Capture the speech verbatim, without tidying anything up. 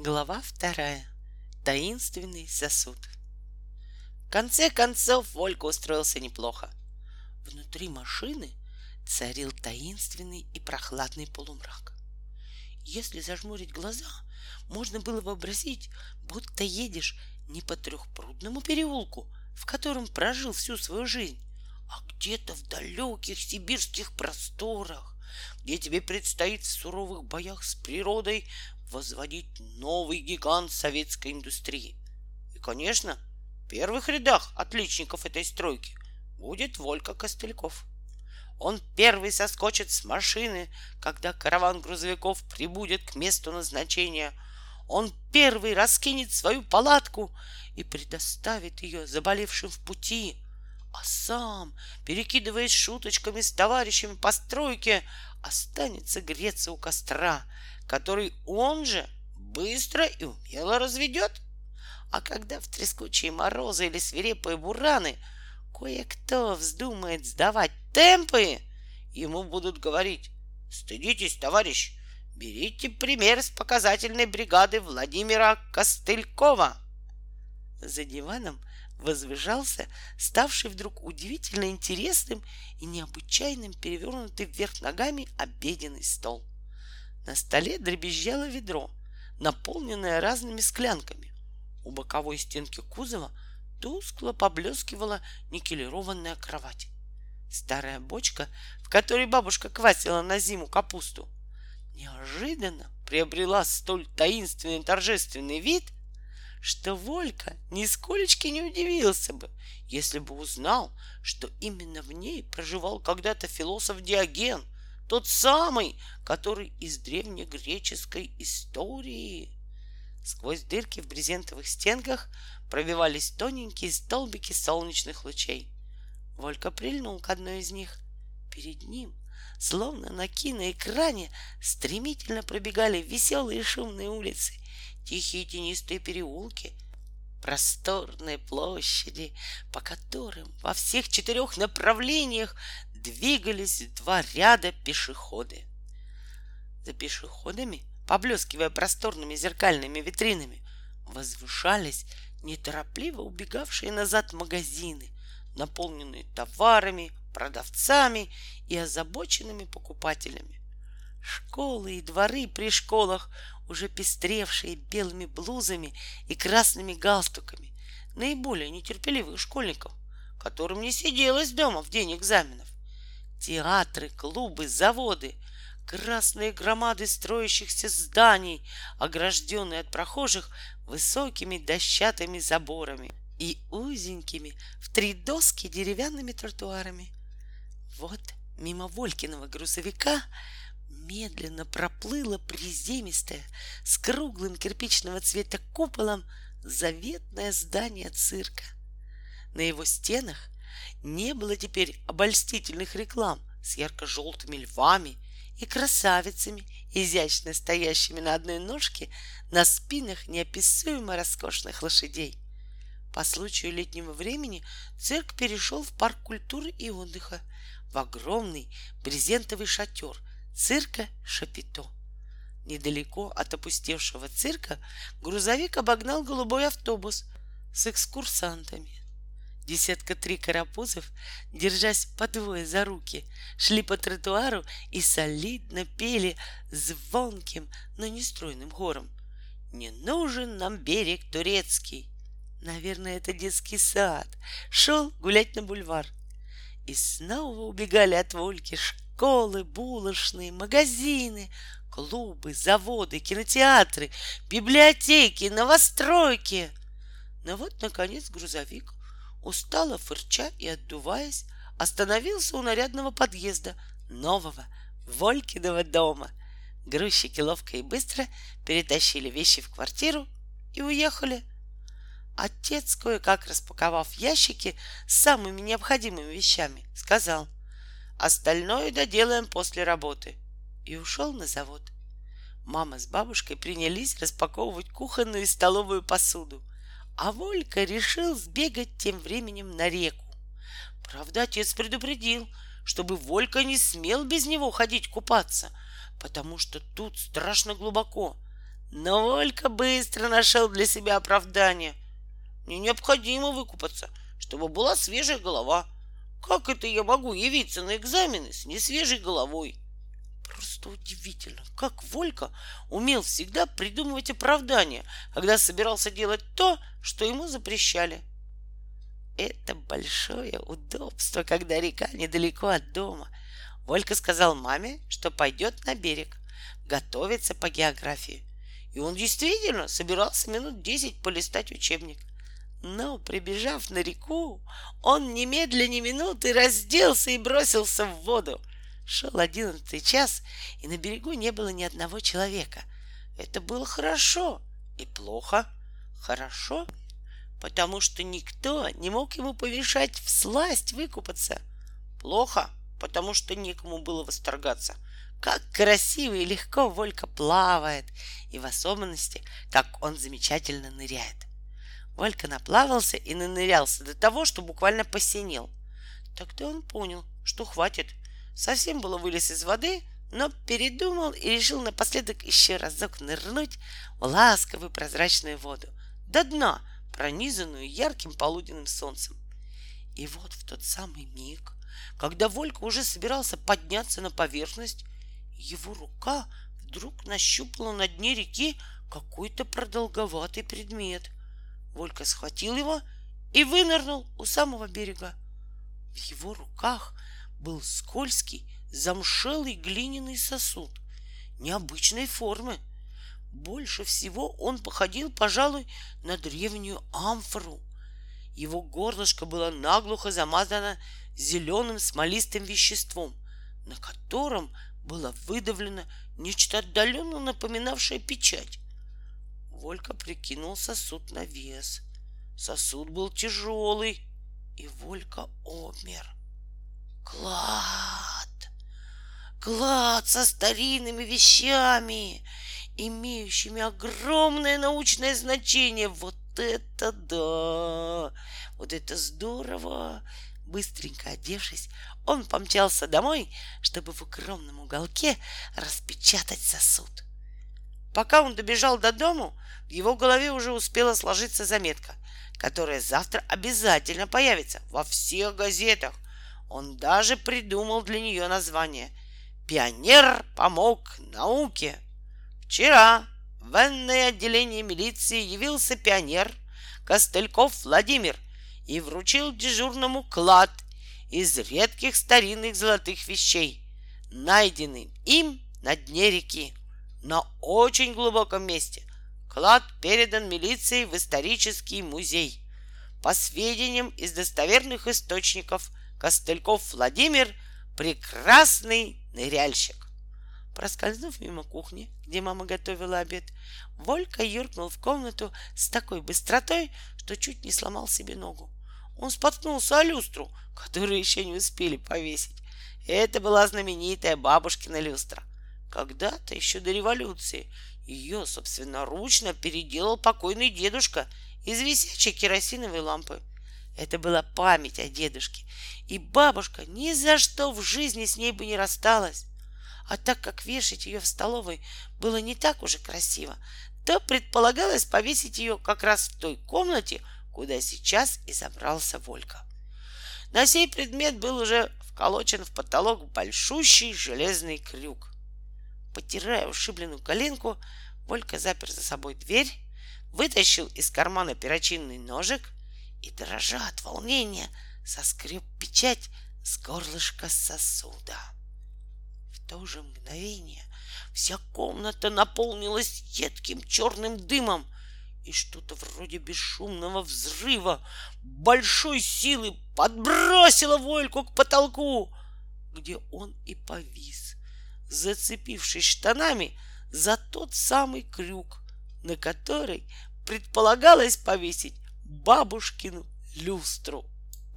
Глава вторая. Таинственный сосуд. В конце концов Волька устроился неплохо. Внутри машины царил таинственный и прохладный полумрак. Если зажмурить глаза, можно было вообразить, будто едешь не по трехпрудному переулку, в котором прожил всю свою жизнь, а где-то в далеких сибирских просторах, где тебе предстоит в суровых боях с природой возводить новый гигант советской индустрии. И, конечно, в первых рядах отличников этой стройки будет Волька Костыльков. Он первый соскочит с машины, когда караван грузовиков прибудет к месту назначения. Он первый раскинет свою палатку и предоставит ее заболевшим в пути, а сам, перекидываясь шуточками с товарищами по стройке, останется греться у костра, который он же быстро и умело разведет. А когда в трескучие морозы или свирепые бураны кое-кто вздумает сдавать темпы, ему будут говорить: «Стыдитесь, товарищ, берите пример с показательной бригады Владимира Костылькова». За диваном возвышался ставший вдруг удивительно интересным и необычайным перевернутый вверх ногами обеденный стол. На столе дребезжало ведро, наполненное разными склянками. У боковой стенки кузова тускло поблескивала никелированная кровать. Старая бочка, в которой бабушка квасила на зиму капусту, неожиданно приобрела столь таинственный и торжественный вид, что Волька нисколечки не удивился бы, если бы узнал, что именно в ней проживал когда-то философ Диоген, тот самый, который из древнегреческой истории. Сквозь дырки в брезентовых стенках пробивались тоненькие столбики солнечных лучей. Волька прильнул к одной из них. Перед ним, словно на киноэкране, стремительно пробегали веселые шумные улицы, тихие тенистые переулки, просторные площади, по которым во всех четырех направлениях двигались два ряда пешеходы. За пешеходами, поблескивая просторными зеркальными витринами, возвышались неторопливо убегавшие назад магазины, наполненные товарами, продавцами и озабоченными покупателями. Школы и дворы при школах, уже пестревшие белыми блузами и красными галстуками наиболее нетерпеливых школьников, которым не сиделось дома в день экзаменов. Театры, клубы, заводы, красные громады строящихся зданий, огражденные от прохожих высокими дощатыми заборами и узенькими в три доски деревянными тротуарами. Вот мимо Волькиного грузовика медленно проплыло приземистое с круглым кирпичного цвета куполом заветное здание цирка. На его стенах не было теперь обольстительных реклам с ярко-желтыми львами и красавицами, изящно стоящими на одной ножке на спинах неописуемо роскошных лошадей. По случаю летнего времени цирк перешел в парк культуры и отдыха, в огромный брезентовый шатер цирка Шапито. Недалеко от опустевшего цирка грузовик обогнал голубой автобус с экскурсантами. Десятка три карапузов, держась по двое за руки, шли по тротуару и солидно пели звонким, но нестройным хором: «Не нужен нам берег турецкий». Наверное, это детский сад шел гулять на бульвар. И снова убегали от Вольки школы, булочные, магазины, клубы, заводы, кинотеатры, библиотеки, новостройки. Но вот, наконец, грузовик, устало фырча и отдуваясь, остановился у нарядного подъезда нового Волькиного дома. Грузчики ловко и быстро перетащили вещи в квартиру и уехали. Отец, кое-как распаковав ящики с самыми необходимыми вещами, сказал: «Остальное доделаем после работы», и ушел на завод. Мама с бабушкой принялись распаковывать кухонную и столовую посуду, а Волька решил сбегать тем временем на реку. Правда, отец предупредил, чтобы Волька не смел без него ходить купаться, потому что тут страшно глубоко. Но Волька быстро нашел для себя оправдание. Мне необходимо выкупаться, чтобы была свежая голова. Как это я могу явиться на экзамены с несвежей головой? Просто удивительно, как Волька умел всегда придумывать оправдания, когда собирался делать то, что ему запрещали. Это большое удобство, когда река недалеко от дома. Волька сказал маме, что пойдет на берег, готовиться по географии. И он действительно собирался минут десять полистать учебник. Но, прибежав на реку, он немедля ни минуты разделся и бросился в воду. Шел одиннадцатый час, и на берегу не было ни одного человека. Это было хорошо и плохо. Хорошо, потому что никто не мог ему помешать всласть выкупаться. Плохо, потому что некому было восторгаться. Как красиво и легко Волька плавает, и в особенности, как он замечательно ныряет. Волька наплавался и нанырялся до того, что буквально посинел. Тогда он понял, что хватит. Совсем было вылез из воды, но передумал и решил напоследок еще разок нырнуть в ласковую прозрачную воду до дна, пронизанную ярким полуденным солнцем. И вот в тот самый миг, когда Волька уже собирался подняться на поверхность, его рука вдруг нащупала на дне реки какой-то продолговатый предмет. Волька схватил его и вынырнул у самого берега. В его руках был скользкий, замшелый глиняный сосуд необычной формы. Больше всего он походил, пожалуй, на древнюю амфору. Его горлышко было наглухо замазано зеленым смолистым веществом, на котором было выдавлено нечто отдаленно напоминавшее печать. Волька прикинул сосуд на вес. Сосуд был тяжелый, и Волька обмер. Клад! Клад со старинными вещами, имеющими огромное научное значение. Вот это да! Вот это здорово! Быстренько одевшись, он помчался домой, чтобы в укромном уголке распечатать сосуд. Пока он добежал до дому, в его голове уже успела сложиться заметка, которая завтра обязательно появится во всех газетах. Он даже придумал для нее название «Пионер помог науке». Вчера в военное отделение милиции явился пионер Костыльков Владимир и вручил дежурному клад из редких старинных золотых вещей, найденный им на дне реки, на очень глубоком месте. Клад передан милиции в исторический музей. По сведениям из достоверных источников, Костыльков Владимир — прекрасный ныряльщик. Проскользнув мимо кухни, где мама готовила обед, Волька юркнул в комнату с такой быстротой, что чуть не сломал себе ногу. Он споткнулся о люстру, которую еще не успели повесить. Это была знаменитая бабушкина люстра. Когда-то, еще до революции, ее собственноручно переделал покойный дедушка из висячей керосиновой лампы. Это была память о дедушке, и бабушка ни за что в жизни с ней бы не рассталась. А так как вешать ее в столовой было не так уж и красиво, то предполагалось повесить ее как раз в той комнате, куда сейчас и забрался Волька. На сей предмет был уже вколочен в потолок большущий железный крюк. Потирая ушибленную коленку, Волька запер за собой дверь, вытащил из кармана перочинный ножик и, дрожа от волнения, соскреб печать с горлышка сосуда. В то же мгновение вся комната наполнилась едким черным дымом, и что-то вроде бесшумного взрыва большой силы подбросило Вольку к потолку, где он и повис, зацепившись штанами за тот самый крюк, на который предполагалось повесить бабушкину люстру.